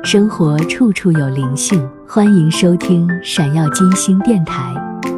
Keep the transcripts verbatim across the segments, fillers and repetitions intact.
生活处处有灵性，欢迎收听闪耀金星电台。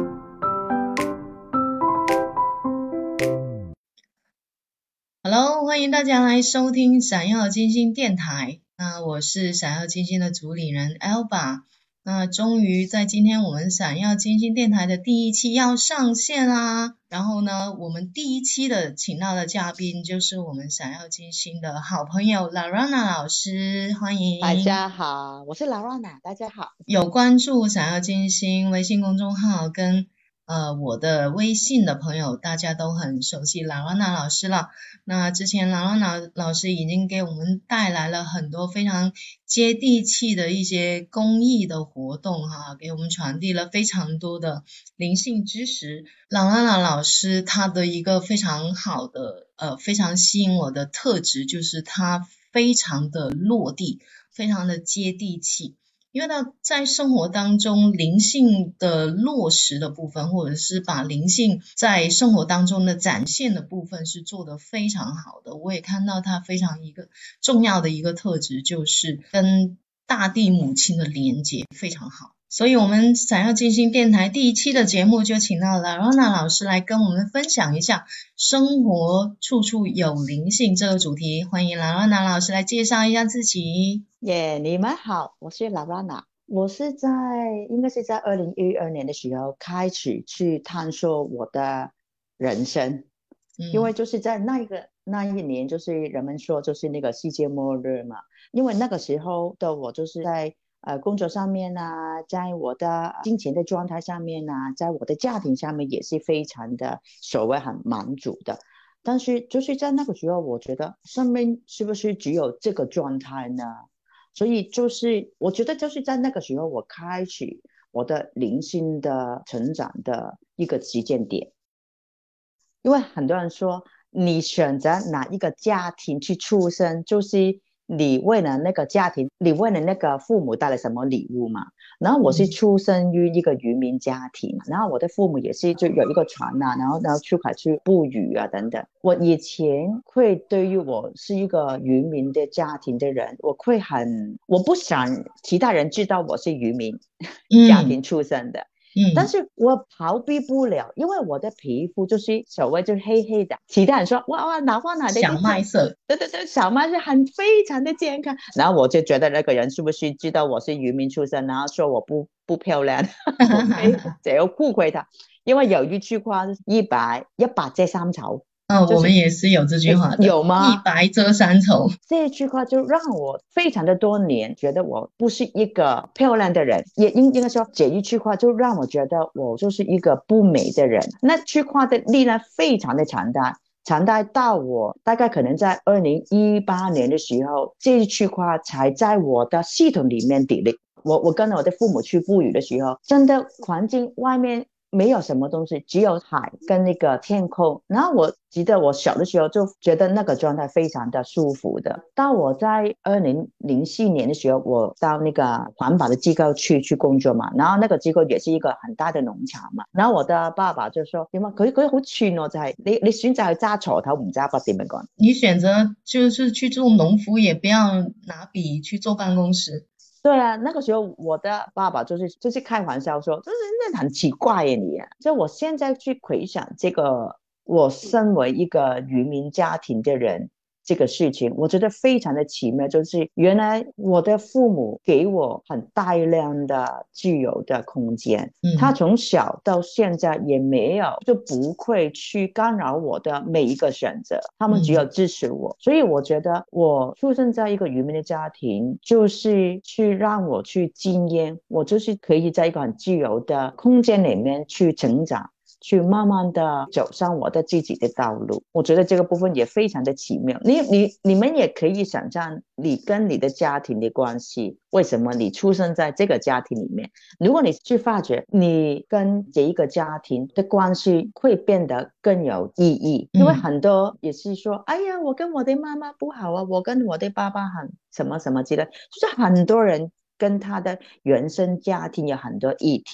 Hello， 欢迎大家来收听闪耀金星电台。那我是闪耀金星的主理人 Alba。那终于在今天我们闪耀金星电台的第一期要上线啦。然后呢，我们第一期的请到的嘉宾就是我们闪耀金星的好朋友 Larana 老师，欢迎。 大家好，我是 Larana， 大家好。 有关注闪耀金星微信公众号跟呃，我的微信的朋友大家都很熟悉拉拉娜老师了。那之前拉拉娜老师已经给我们带来了很多非常接地气的一些公益的活动哈，给我们传递了非常多的灵性知识。拉拉娜老师他的一个非常好的呃非常吸引我的特质就是他非常的落地，非常的接地气。因为呢，在生活当中灵性的落实的部分，或者是把灵性在生活当中的展现的部分是做得非常好的。我也看到他非常一个重要的一个特质，就是跟大地母亲的连结非常好。所以我们闪耀金星电台第一期的节目就请到 Larana 老师来跟我们分享一下生活处处有灵性这个主题。欢迎 Larana 老师来介绍一下自己。 耶、yeah, 你们好，我是 Larana。我是在应该是在二零一二年的时候开始去探索我的人生、嗯、因为就是在那个那一年就是人们说就是那个世界末日嘛，因为那个时候的我就是在呃工作上面啊，在我的金钱的状态上面啊，在我的家庭上面也是非常的所谓很满足的。但是就是在那个时候我觉得生命是不是只有这个状态呢？所以就是我觉得就是在那个时候我开始我的灵性的成长的一个时间点。因为很多人说你选择哪一个家庭去出生，就是你为了那个家庭，你为了那个父母带来什么礼物嘛。然后我是出生于一个渔民家庭、嗯、然后我的父母也是就有一个船啊，然后然后出海去捕鱼啊等等。我以前会对于我是一个渔民的家庭的人，我会很我不想其他人知道我是渔民、嗯、家庭出生的。嗯，但是我逃避不了，因为我的皮肤就是所谓就是黑黑的，其他人说哇哇哪花哪的小麦色， 对对对，小麦是很非常的健康。然后我就觉得那个人是不是知道我是渔民出身，然后说我不不漂亮，我只要误会他。因为有一句话是一白一白遮三丑。 哦，就是、我们也是有这句话的， 有吗？ 一白遮三丑。 这句话就让我非常的多年觉得我不是一个漂亮的人，也应应该说这一句话就让我觉得我就是一个不美的人。那句话的力量非常的强大，强大到我大概可能在二零一八年的时候，这一句话才在我的系统里面delete。我我跟我的父母去捕鱼的时候，真的环境外面没有什么东西，只有海跟那个天空。然后我记得我小的时候就觉得那个状态非常的舒服的。到我在二零零四年的时候，我到那个环保的机构去去工作嘛，然后那个机构也是一个很大的农場嘛。然後我的爸爸就說點啊，佢佢好串喎，就係你你選擇去揸鋤頭唔揸筆點樣講？ 你選擇就是去做農夫，也不要拿筆去坐辦公室。 对啊，那个时候我的爸爸就是就是开玩笑说，就是那很奇怪耶你、啊。就我现在去回想这个，我身为一个渔民家庭的人，这个事情，我觉得非常的奇妙。就是原来我的父母给我很大量的自由的空间、嗯、他从小到现在也没有就不会去干扰我的每一个选择，他们只有支持我、嗯、所以我觉得我出生在一个渔民的家庭，就是去让我去经验，我就是可以在一个很自由的空间里面去成长，去慢慢的走上我的自己的道路。我觉得这个部分也非常的奇妙。你你你们也可以想象你跟你的家庭的关系，为什么你出生在这个家庭里面，如果你去发觉你跟这一个家庭的关系会变得更有意义、嗯、因为很多也是说哎呀我跟我的妈妈不好啊，我跟我的爸爸很什么什么之类，就是很多人跟他的原生家庭有很多议题，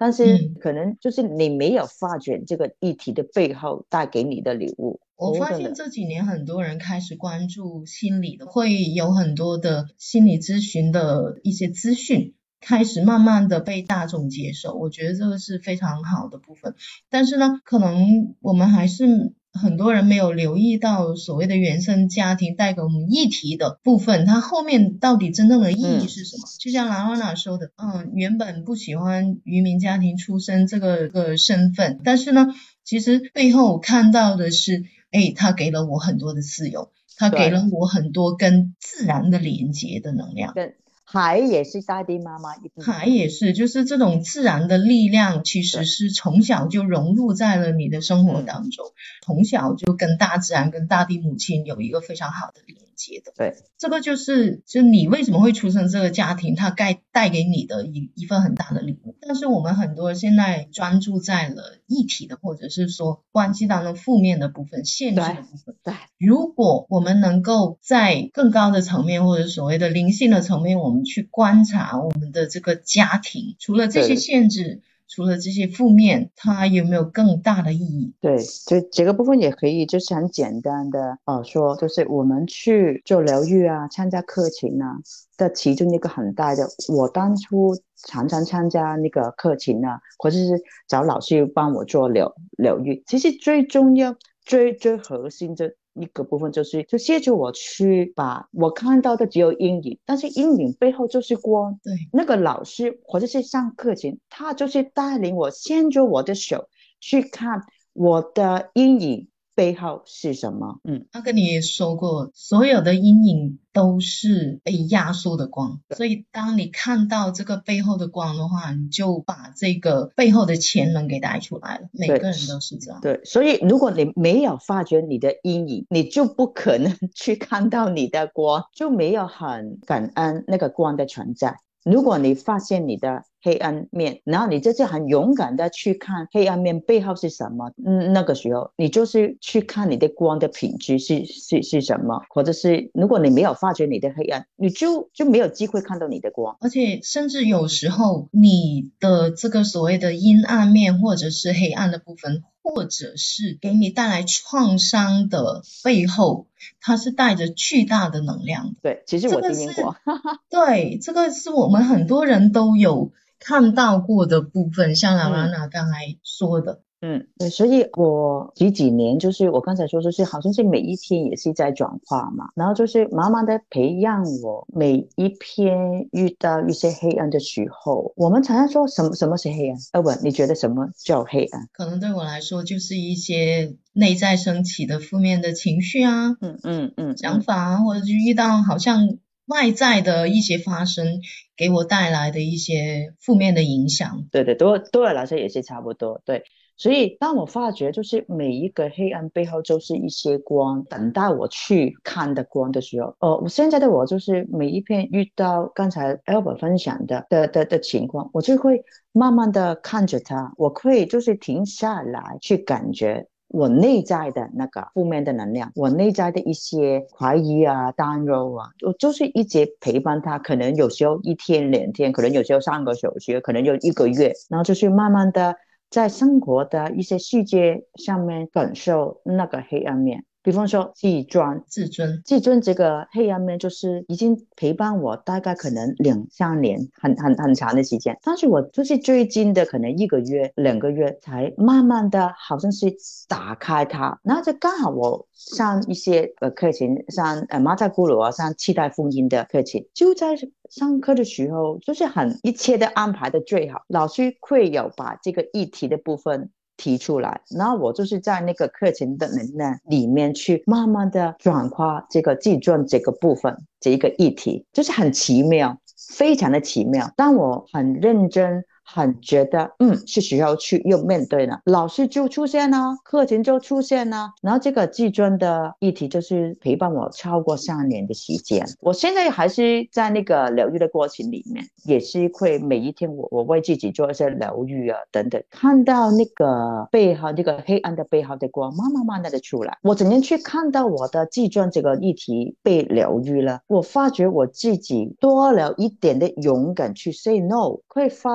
但是可能就是你没有发觉这个议题的背后带给你的礼物。 我发现这几年很多人开始关注心理的，会有很多的心理咨询的一些资讯开始慢慢的被大众接受，我觉得这个是非常好的部分。但是呢，可能我们还是很多人没有留意到所谓的原生家庭带给我们议题的部分，它后面到底真正的意义是什么？嗯、就像拉瓦娜说的，嗯，原本不喜欢渔民家庭出身这个个身份，但是呢，其实背后看到的是，哎，他给了我很多的自由，他给了我很多跟自然的连接的能量。 对，海也是大地妈妈一部分， 海也是，就是这种自然的力量其实是从小就融入在了你的生活当中，嗯、从小就跟大自然跟大地母亲有一个非常好的连接的。 对， 这个就是就你为什么会出生这个家庭，它该带给你的一一份很大的礼物。但是我们很多现在专注在了议题的，或者是说关系当中负面的部分、限制的部分。 对， 如果我们能够在更高的层面，或者所谓的灵性的层面，我们去观察我们的这个家庭，除了这些限制，除了这些负面，它有没有更大的意义？ 对，就这个部分也可以就是很简单的呃说，就是我们去做疗愈啊，参加课程啊的其中一个很大的，我当初常常参加那个课程啊，或者是找老师帮我做疗疗愈，其实最重要最最核心的一个部分就是就协助我去把我看到的只有阴影，但是阴影背后就是光。 对， 那个老师或者是上课程，他就是带领我牵着我的手去看我的阴影背后是什么。嗯， 他跟你也说过，所有的阴影都是被压缩的光，所以当你看到这个背后的光的话，你就把这个背后的潜能给带出来了。每个人都是这样。 对，所以如果你没有发觉你的阴影，你就不可能去看到你的光，就没有很感恩那个光的存在。如果你发现你的黑暗面，然后你就是很勇敢的去看黑暗面背后是什么，嗯，那个时候你就是去看你的光的品质是是是什么，或者是如果你没有发觉你的黑暗，你就就没有机会看到你的光。 而且甚至有时候你的这个所谓的阴暗面或者是黑暗的部分，或者是给你带来创伤的背后，它是带着巨大的能量的。 对，其实我经历过。 对，这个是我们很多人都有看到过的部分，像拉拉娜刚才说的。 嗯，对，所以我几几年就是我刚才说就是好像是每一天也是在转化嘛，然后就是慢慢的培养我每一篇遇到一些黑暗的时候，我们常常说什么什么是黑暗？呃不，你觉得什么叫黑暗？ 可能对我来说就是一些内在升起的负面的情绪啊， 嗯嗯嗯， 想法啊，或者是遇到好像外在的一些发生给我带来的一些负面的影响。 对对，对我对我来说也是差不多。对，所以当我发觉就是每一个黑暗背后就是一些光等待我去看的光的时候，呃，我现在的我就是每一片遇到刚才 Albert 分享的的的的情况，我就会慢慢的看着它，我会就是停下来去感觉我内在的那个负面的能量，我内在的一些怀疑啊、担忧啊，我就是一直陪伴他，可能有时候一天两天，可能有时候三个小时，可能有一个月，然后就是慢慢的在生活的一些细节上面感受那个黑暗面。比方说自尊， 自尊， 自尊这个黑暗面就是已经陪伴我大概可能两三年，很很很长的时间。但是我就是最近的可能一个月、两个月才慢慢的，好像是打开它。然后就刚好我上一些呃课程，上呃马太古鲁啊，上七代福音的课程，就在上课的时候，就是很一切的安排的最好，老师会有把这个议题的部分提出来，然后我就是在那个课程的能量里面去慢慢的转化这个自尊这个部分，这一个议题，就是很奇妙，非常的奇妙。当我很认真很觉得嗯是需要去又面对了，老师就出现了，课程就出现了，然后这个自尊的议题就是陪伴我超过三年的时间。我现在还是在那个疗愈的过程里面，也是会每一天我我为自己做一些疗愈啊等等，看到那个背后那个黑暗的背后的光慢慢慢慢的出来。我怎样去看到我的自尊这个议题被疗愈了，我发觉我自己多了一点的勇敢去 say no， 会发觉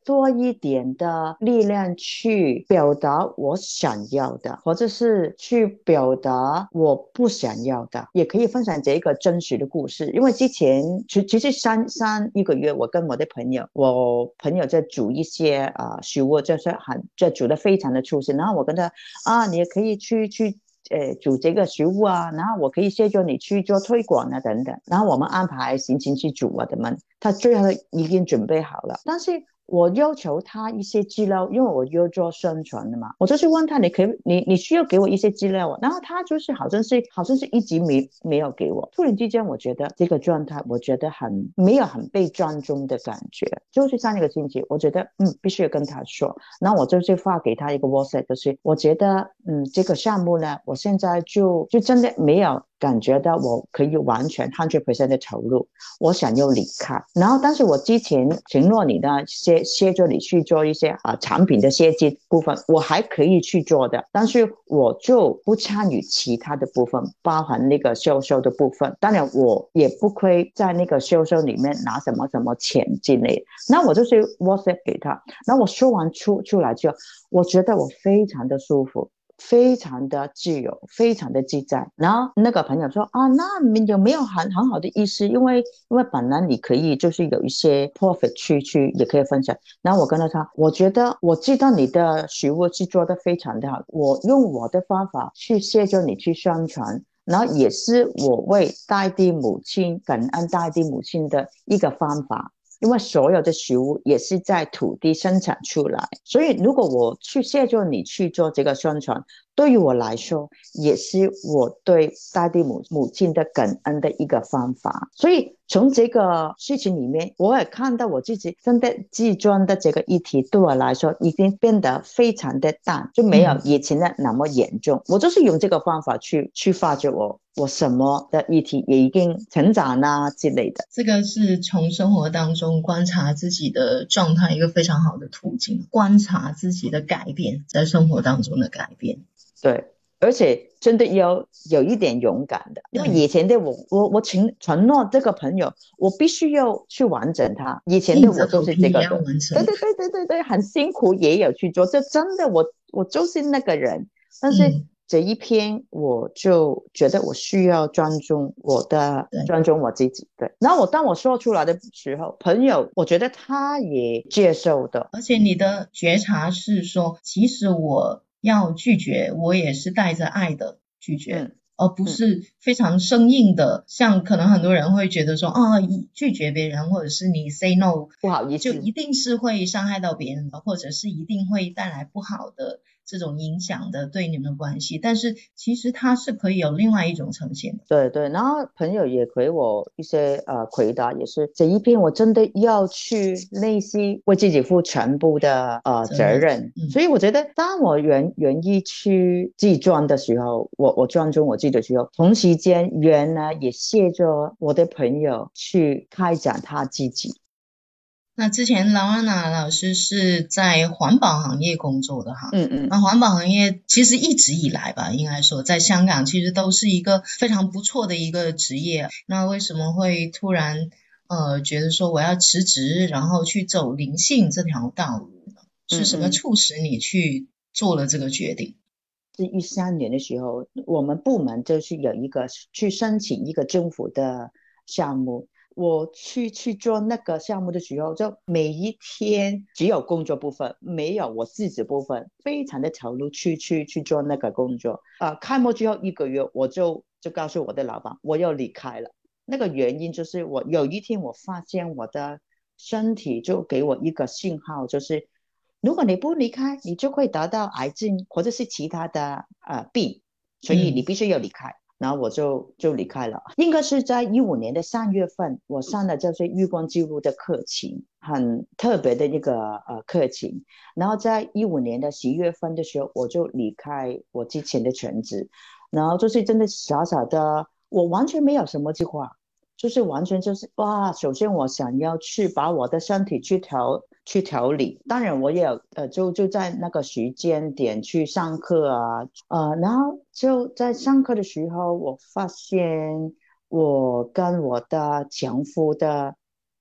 多一点的力量去表达我想要的，或者是去表达我不想要的，也可以分享这个真实的故事。因为之前其其实上上一个月，我跟我的朋友，我朋友在煮一些啊、呃、食物，就是很就煮的非常的出色，然后我跟他啊，你也可以去去。呃，煮这个食物啊，然后我可以协助你去做推广啊，等等。然后我们安排行程去煮啊，等等。他最后已经准备好了，但是我要求他一些资料，因为我要做宣传的嘛，我就是问他，你可以，你你需要给我一些资料啊，然后他就是好像是好像是一直没没有给我。突然之间，我觉得这个状态，我觉得很没有很被尊重的感觉。就是上一个星期，我觉得嗯，必须要跟他说，然后我就是发给他一个 WhatsApp，就是我觉得嗯，这个项目呢，我现在就就真的没有感觉到我可以完全 百分之百 的投入，我想要离开。然后但是我之前承诺你的协协助你去做一些啊、呃、产品的设计部分，我还可以去做的，但是我就不参与其他的部分，包含那个销售的部分。当然我也不会在那个销售里面拿什么什么钱进来。那我就是 WhatsApp 给他，然后我说完出出来之后，我觉得我非常的舒服，非常的自由，非常的自在。然后那个朋友说啊，那你有没有很很好的意思？因为因为本来你可以就是有一些 profit 去去也可以分享。然后我跟他说，我觉得我知道你的食物是做得非常的好，我用我的方法去协助你去宣传。然后也是我为大地母亲感恩大地母亲的一个方法，因为所有的食物也是在土地生产出来，所以如果我去协助你去做这个宣传，对于我来说也是我对大地母母亲的感恩的一个方法。所以从这个事情里面，我也看到我自己真的自尊的这个议题对我来说已经变得非常的淡，就没有以前的那么严重。嗯、我就是用这个方法去去发掘我我什么的议题也已经成长啊之类的。 这个是从生活当中观察自己的状态一个非常好的途径，观察自己的改变，在生活当中的改变。 对，而且真的要有一点勇敢的，因为以前的我，我我承承诺这个朋友，我必须要去完整它。以前的我就是这个的，对对对对对对，很辛苦也有去做，这真的我我就是那个人。但是这一篇我就觉得我需要尊重我的，尊重我自己。对，然后我当我说出来的时候，朋友我觉得他也接受的， 而且你的觉察是说，其实我要拒绝，我也是带着爱的拒绝、嗯、而不是非常生硬的、嗯、像可能很多人会觉得说啊，拒绝别人或者是你 say no 不好意思， 就一定是会伤害到别人的，或者是一定会带来不好的这种影响的对你们的关系。但是其实它是可以有另外一种呈现的。 对对，然后朋友也给我一些呃回答，也是这一篇我真的要去内心为自己负全部的呃责任、嗯、所以我觉得当我愿愿意去自尊的时候，我我尊重我自己的时候，同时间原来也谢着我的朋友去开展他自己。 那之前劳安娜老师是在环保行业工作的哈， 嗯嗯， 那环保行业其实一直以来吧，应该说在香港其实都是一个非常不错的一个职业。那为什么会突然呃觉得说我要辞职，然后去走灵性这条道路呢？是什么促使你去做了这个决定？ 是一三年的时候，我们部门就是有一个去申请一个政府的项目。我去去做那个项目的时候，就每一天只有工作部分，没有我自己部分，非常的投入去去去做那个工作。呃，开幕之后一个月，我就就告诉我的老板，我要离开了。那个原因就是我有一天我发现我的身体就给我一个信号，就是如果你不离开，你就会得到癌症或者是其他的呃病，所以你必须要离开。嗯，然后我就就离开了，应该是在一五年的三月份，我上了就是月光记录的课程，很特别的一个呃课程。然后在一五年的十月份的时候，我就离开我之前的全职，然后就是真的傻傻的，我完全没有什么计划，就是完全就是哇，首先我想要去把我的身体去调。去调理，当然我也有呃，就就在那个时间点去上课啊，呃，然后就在上课的时候，我发现我跟我的前夫的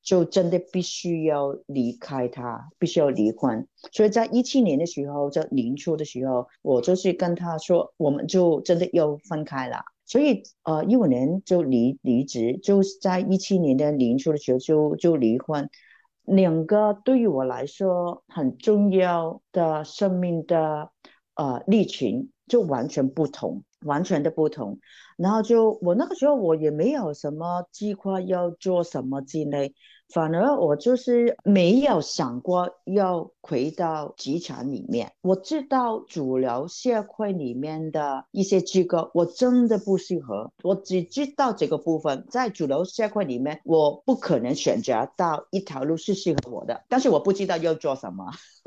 就真的必须要离开他，必须要离婚。所以在一七年的时候，在年初的时候，我就是跟他说，我们就真的要分开了。所以呃，一五年就离离职，就在一七年的年初的时候就就离婚。两个对于我来说很重要的生命的呃历程就完全不同，完全的不同。然后就我那个时候我也没有什么计划要做什么之类，反而我就是没有想过要回到职场里面。我知道主流社会里面的一些机构我真的不适合，我只知道这个部分，在主流社会里面我不可能选择到一条路是适合我的，但是我不知道要做什么。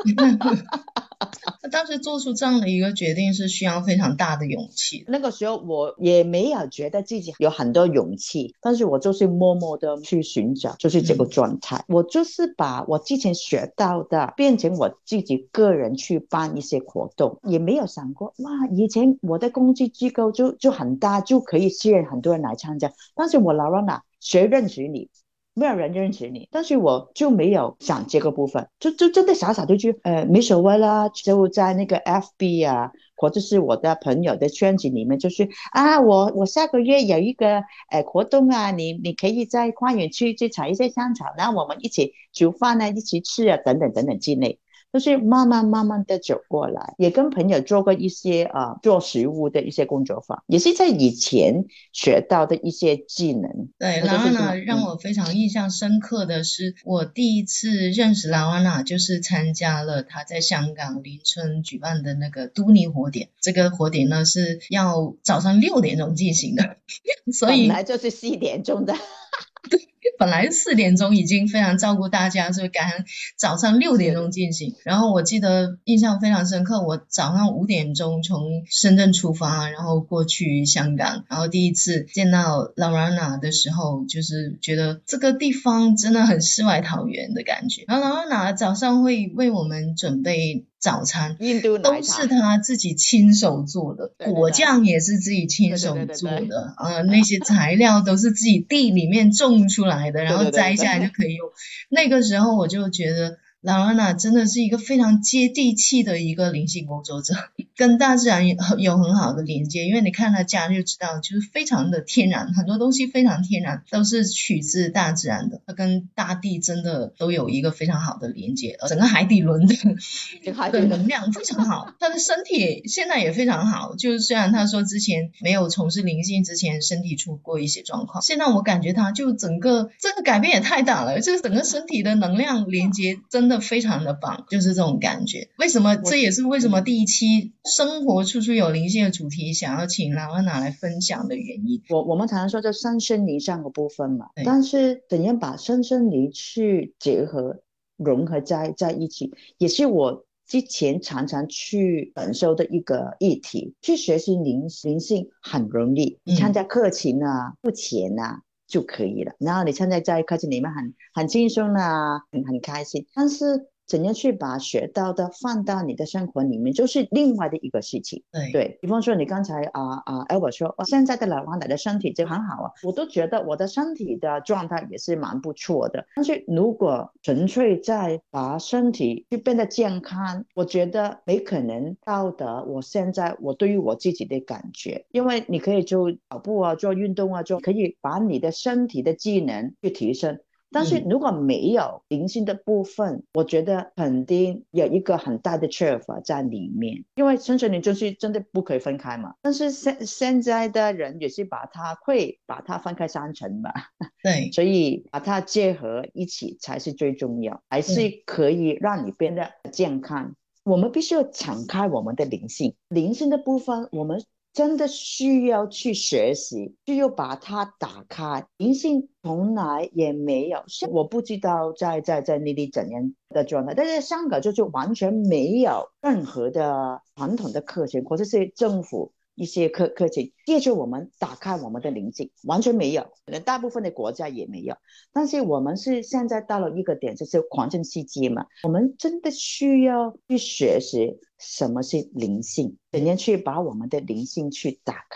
那当时做出这样的一个决定是需要非常大的勇气。 那个时候我也没有觉得自己有很多勇气，但是我就是默默的去寻找，就是这个状态、嗯、我就是把我之前学到的变成我自己个人去办一些活动，也没有想过哇，以前我的公益机构就就很大，就可以吸引很多人来参加，但是我 Larana 谁认识你？没有人认识你，但是我就没有想这个部分，就就真的傻傻就去呃没所谓啦，就在那个 F B 啊，或者是我的朋友的圈子里面，就是啊，我我下个月有一个呃活动啊，你你可以在花园去去采一些香草，然后我们一起煮饭啊，一起吃啊，等等等等之类。就是慢慢慢慢的走过来，也跟朋友做过一些啊、呃、做食物的一些工作坊，也是在以前学到的一些技能。 对，劳安娜让我非常印象深刻的是，我第一次认识劳安娜就是参加了她在香港林村举办的那个都尼火点。这个火点呢是要早上六点钟进行的，所以本来就是四点钟的。 对，本来四点钟已经非常照顾大家，所以赶早上六点钟进行。然后我记得印象非常深刻，我早上五点钟从深圳出发，然后过去香港，然后第一次见到 Larana 的时候，就是觉得这个地方真的很世外桃源的感觉。然后 Larana 早上会为我们准备早餐， 印度奶茶都是他自己亲手做的， 对对对， 果酱也是自己亲手做的， 对对对对呃，那些材料都是自己地里面种出来的，然后摘下来就可以用。那个时候我就觉得Larana真的是一个非常接地气的一个灵性工作者，跟大自然有很好的连接，因为你看他家就知道，就是非常的天然，很多东西非常天然，都是取自大自然的，他跟大地真的都有一个非常好的连接，整个海底轮的的能量非常好，他的身体现在也非常好，就是虽然他说之前没有从事灵性之前身体出过一些状况，现在我感觉他就整个这个改变也太大了，这个整个身体的能量连接真的非常的棒，就是这种感觉。为什么这也是为什么第一期生活处处有灵性的主题想要请Larana来分享的原因。 我我们常常说这身心灵上的部分嘛，但是怎样把身心灵去结合融合在在一起，也是我之前常常去感受的一个议题。去学习灵灵性很容易，你参加课程啊，付钱啊就可以了，然后你参加在课程里面很很轻松啊，很很开心。但是怎样去把学到的放到你的生活里面，就是另外的一个事情。 对， 对，比方说你刚才啊啊 Albert 说、哦、现在的Larana的身体就很好啊，我都觉得我的身体的状态也是蛮不错的。但是如果纯粹在把身体去变得健康，我觉得没可能到达我现在我对于我自己的感觉。因为你可以做跑步啊，做运动啊，做可以把你的身体的技能去提升，但是如果没有灵性的部分、嗯、我觉得肯定有一个很大的缺乏在里面，因为身心灵就是真的不可以分开嘛。但是现现在的人也是把它会把它分开三层嘛， 对， 所以把它结合一起才是最重要，还是可以让你变得健康。我们必须要敞开我们的灵性，灵性的部分我们真的需要去学习，就要把它打开。灵性从来也没有，我不知道在在在内地怎样的状态，但是香港就是完全没有任何的传统的课程，或者是政府一些课课程借助我们打开我们的灵性，完全没有，可能大部分的国家也没有。但是我们是现在到了一个点，就是环境世界嘛，我们真的需要去学习什么是灵性，怎样去把我们的灵性去打开。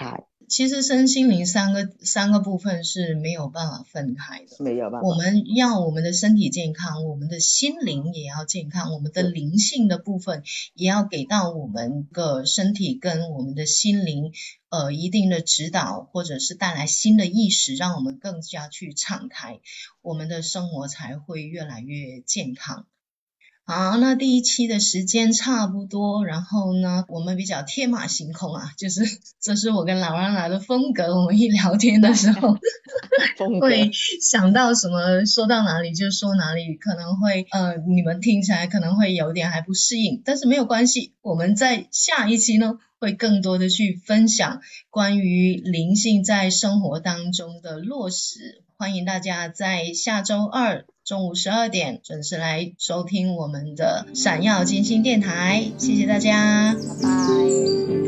其实身心灵三个三个部分是没有办法分开的， 没有办法。 我们要我们的身体健康，我们的心灵也要健康，我们的灵性的部分也要给到我们的身体跟我们的心灵呃一定的指导，或者是带来新的意识，让我们更加去敞开，我们的生活才会越来越健康。好，那第一期的时间差不多，然后呢，我们比较天马行空啊，就是这是我跟老让拿的风格，我们一聊天的时候会想到什么说到哪里就说哪里，可能会呃你们听起来可能会有点还不适应，但是没有关系，我们在下一期呢会更多的去分享关于灵性在生活当中的落实，欢迎大家在下周二中午十二点准时来收听我们的闪耀金星电台，谢谢大家， 拜拜。